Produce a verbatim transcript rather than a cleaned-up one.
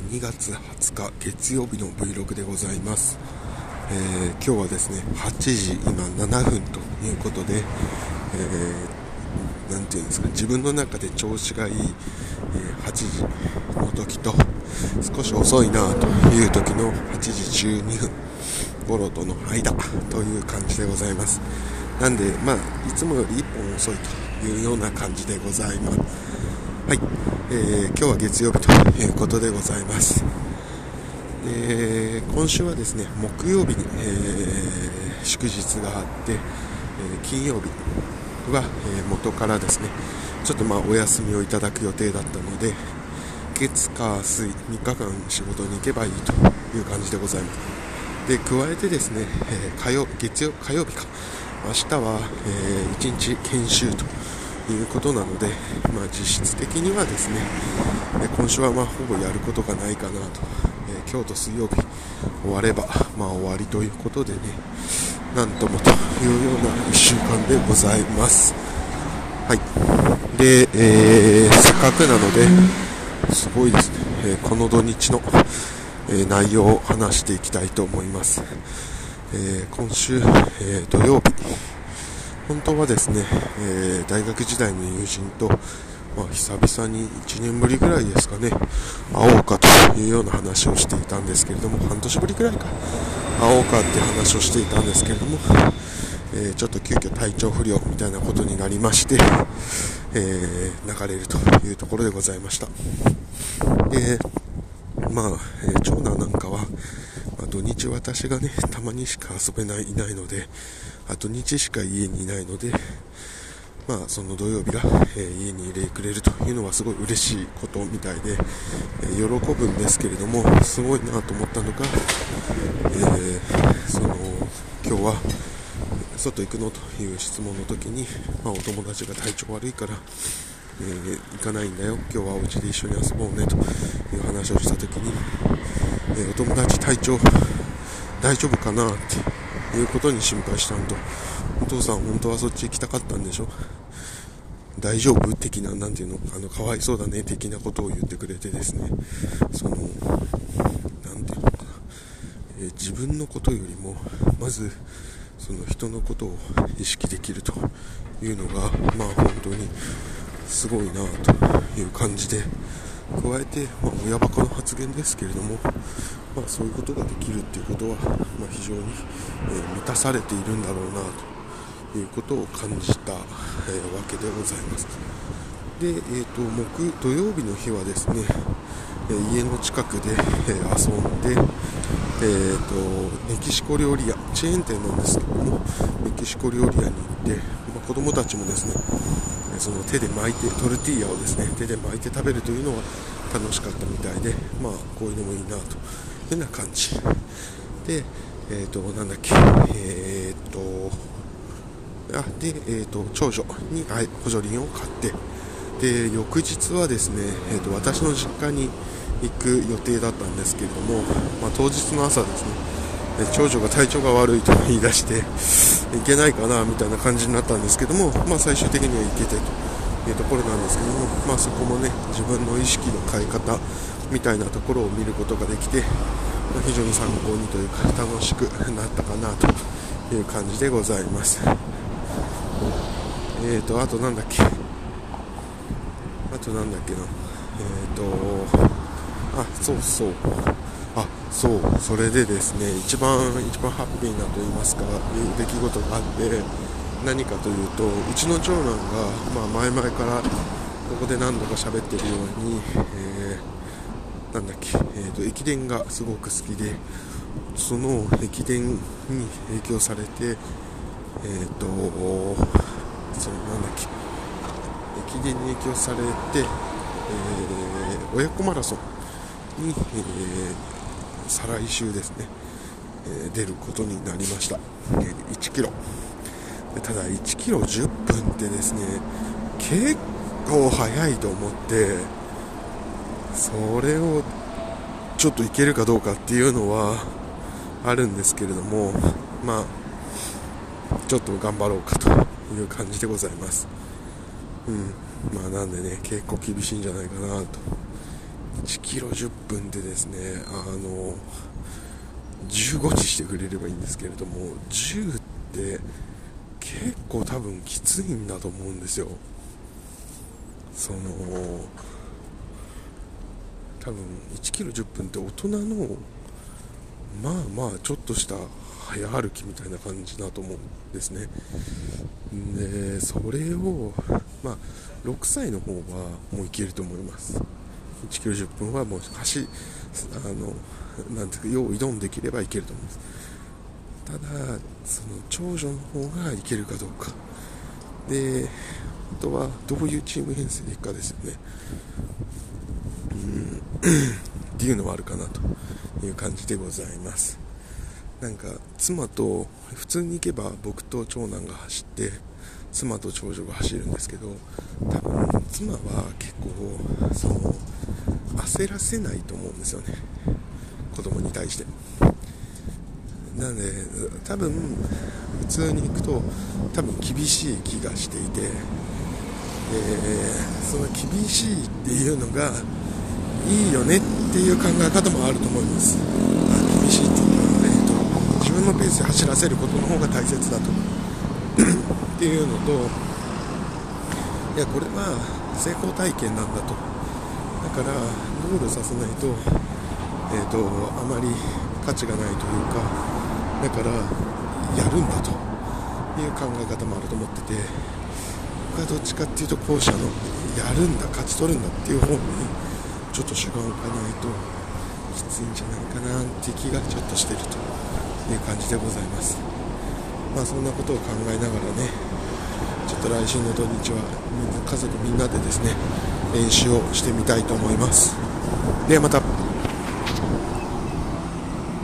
にがつはつか月曜日の Vlog でございます。えー、今日はですねはちじ今ななふんということで、えー、なんていうんですか、自分の中で調子がいい、えー、はちじの時と少し遅いなという時のはちじじゅうにふん頃との間という感じでございます。なんでまあいつもよりいっぽん遅いというような感じでございます。はい、えー、今日は月曜日ということでございます。で今週はですね木曜日に、えー、祝日があって、えー、金曜日は、えー、元からですねちょっとまあお休みをいただく予定だったので、月火水みっかかん仕事に行けばいいという感じでございます。で加えてですね、えー、火曜月曜火曜日か明日は、えー、いちにち研修ということなので、まあ、実質的にはですね、えー、今週はまあほぼやることがないかなと、えー、今日と水曜日終わればまあ終わりということでね、なんともというようないっしゅうかんでございます。はい。で、えー、せっかくなのですごいですね、えー、この土日の、えー、内容を話していきたいと思います。えー、今週、えー、土曜日、本当はですね、えー、大学時代の友人と、まあ、久々にいちねんぶりぐらいですかね会おうかというような話をしていたんですけれども、半年ぶりぐらいか会おうかって話をしていたんですけれども、えー、ちょっと急遽体調不良みたいなことになりまして、えー、流れるというところでございました。でまあ、えー、長男なんかは、まあ、土日私がねたまにしか遊べないいないので、あ土日しか家にいないので、まあその土曜日が、えー、家にいれくれるというのはすごい嬉しいことみたいで、えー、喜ぶんですけれども、すごいなと思ったのが、えー、その今日は外行くのという質問の時に、まあ、お友達が体調悪いからえー、行かないんだよ、今日はお家で一緒に遊ぼうねという話をしたときに、えー、お友達体調大丈夫かなっていうことに心配したのと、お父さん本当はそっち行きたかったんでしょ、大丈夫的な、なんていうの、あのかわいそうだね的なことを言ってくれてですね、そのなんていうのかな、えー、自分のことよりもまずその人のことを意識できるというのがまあ本当にすごいなという感じで、加えて、まあ、親バカの発言ですけれども、まあ、そういうことができるっていうことは、まあ、非常に、えー、満たされているんだろうなということを感じた、えー、わけでございます。で、えーと、木土曜日の日はですね、えー、家の近くで、えー、遊んで、えーと、メキシコ料理屋、チェーン店なんですけども、メキシコ料理屋に行って、まあ、子供たちもですねその手で巻いてトルティーヤをですね手で巻いて食べるというのは楽しかったみたいで、まあこういうのもいいなというような感じで、えーとなんだっけえーとあでえーと長女に補助輪を買って、で翌日はですね、えーと私の実家に行く予定だったんですけれども、まあ、当日の朝ですね長女が体調が悪いと言い出して行けないかなみたいな感じになったんですけども、まあ、最終的には行けてというところなんですけども、まあ、そこもね自分の意識の変え方みたいなところを見ることができて、まあ、非常に参考にというか楽しくなったかなという感じでございます。えーとあとなんだっけあとなんだっけなえーとあそうそうあそうそれでですね一番一番ハッピーなと言いますかいう出来事があって、何かというとうちの長男が、まあ、前々からここで何度か喋ってるように、えー、なんだっけ、えーと、駅伝がすごく好きで、その駅伝に影響されてえっ、ー、とそのなんだっけ駅伝に影響されて、えー、親子マラソンに、えー再来週ですね、えー、出ることになりました。えー、いちキロで、ただいちキロじゅっぷんってですね結構早いと思って、それをちょっといけるかどうかっていうのはあるんですけれども、まあちょっと頑張ろうかという感じでございます。うん、まあなんでね結構厳しいんじゃないかなといちキロじゅっぷんでですね、あのじゅうごにしてくれればいいんですけれども、じゅうって結構多分きついんだと思うんですよ。その多分いちキロじゅっぷんって大人のまあまあちょっとした早歩きみたいな感じだと思うんですね。でそれをまあろくさいの方はもういけると思います。いちキロじゅっぷんはもう走あのなんていうか用意ドンできればいけると思います。ただその長女の方がいけるかどうかで、あとはどういうチーム編成でいくかですよね。うんっていうのはあるかなという感じでございます。なんか妻と普通に行けば僕と長男が走って妻と長女が走るんですけど、多分妻は結構その焦らせないと思うんですよね、子供に対して。なので多分普通に行くと多分厳しい気がしていて、えー、その厳しいっていうのがいいよねっていう考え方もあると思います。厳しいっていうのは、えーと、自分のペースで走らせることの方が大切だとっていうのと、いやこれは成功体験なんだと、だからゴールさせないと、えーと、あまり価値がないというか、だからやるんだという考え方もあると思ってて、僕はどっちかっていうと後者のやるんだ勝ち取るんだっていう方にちょっと主眼を置かないときついんじゃないかなっていう気がちょっとしているという感じでございます。まあそんなことを考えながらね、ちょっと来週の土日はみんな家族みんなでですね練習をしてみたいと思います。ではまた。